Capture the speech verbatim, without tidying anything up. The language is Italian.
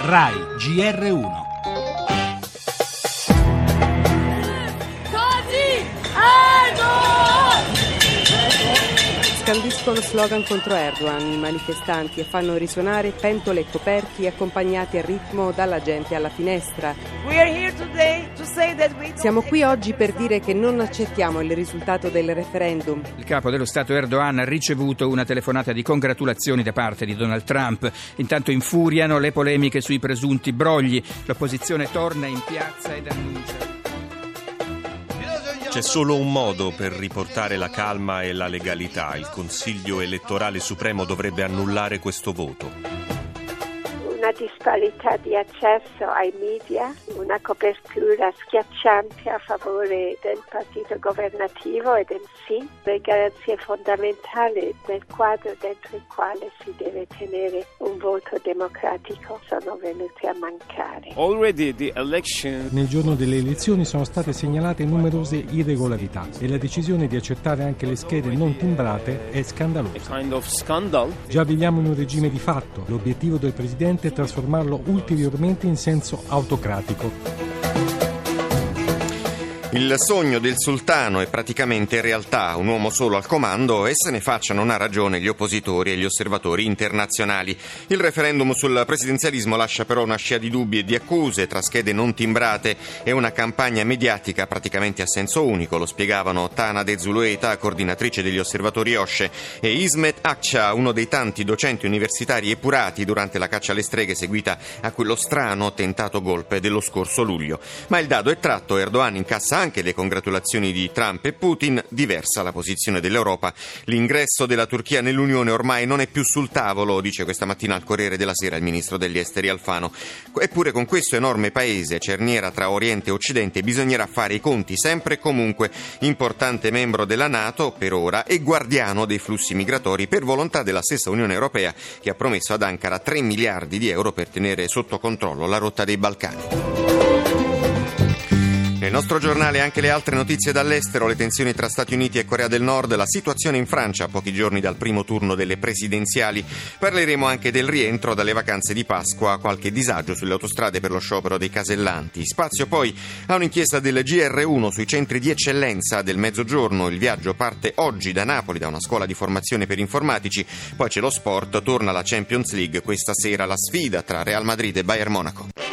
Rai G R uno. Scandiscono slogan contro Erdogan i manifestanti e fanno risuonare pentole e coperchi accompagnati al ritmo dalla gente alla finestra. Siamo qui oggi per dire che non accettiamo il risultato del referendum. Il capo dello Stato Erdogan ha ricevuto una telefonata di congratulazioni da parte di Donald Trump. Intanto infuriano le polemiche sui presunti brogli. L'opposizione torna in piazza ed annuncia: c'è solo un modo per riportare la calma e la legalità. Il Consiglio elettorale supremo dovrebbe annullare questo voto. Una disparità di accesso ai media, una copertura schiacciante a favore del partito governativo e del sì, le garanzie fondamentali del quadro dentro il quale si deve tenere un voto democratico sono venute a mancare. Already the election... Nel giorno delle elezioni sono state segnalate numerose irregolarità e la decisione di accettare anche le schede non timbrate è scandalosa. Kind of scandal. Già viviamo in un regime di fatto. L'obiettivo del Presidente è trasformarlo ulteriormente in senso autocratico. Il sogno del sultano è praticamente realtà, un uomo solo al comando, e se ne facciano una ragione gli oppositori e gli osservatori internazionali. Il referendum sul presidenzialismo lascia però una scia di dubbi e di accuse tra schede non timbrate e una campagna mediatica praticamente a senso unico, lo spiegavano Tanade Zulueta, coordinatrice degli osservatori OSCE, e Ismet Akça, uno dei tanti docenti universitari epurati durante la caccia alle streghe seguita a quello strano tentato golpe dello scorso luglio. Ma il dado è tratto, Erdogan incassa anche le congratulazioni di Trump e Putin. Diversa la posizione dell'Europa. L'ingresso della Turchia nell'Unione ormai non è più sul tavolo, dice questa mattina al Corriere della Sera il ministro degli esteri Alfano. Eppure con questo enorme paese, cerniera tra Oriente e Occidente, bisognerà fare i conti sempre e comunque. Importante membro della NATO per ora e guardiano dei flussi migratori per volontà della stessa Unione Europea, che ha promesso ad Ankara tre miliardi di euro per tenere sotto controllo la rotta dei Balcani. Nel nostro giornale anche le altre notizie dall'estero, le tensioni tra Stati Uniti e Corea del Nord, la situazione in Francia a pochi giorni dal primo turno delle presidenziali. Parleremo anche del rientro dalle vacanze di Pasqua, qualche disagio sulle autostrade per lo sciopero dei casellanti. Spazio poi a un'inchiesta del G R uno sui centri di eccellenza del Mezzogiorno. Il viaggio parte oggi da Napoli, da una scuola di formazione per informatici. Poi c'è lo sport, torna la Champions League, questa sera la sfida tra Real Madrid e Bayern Monaco.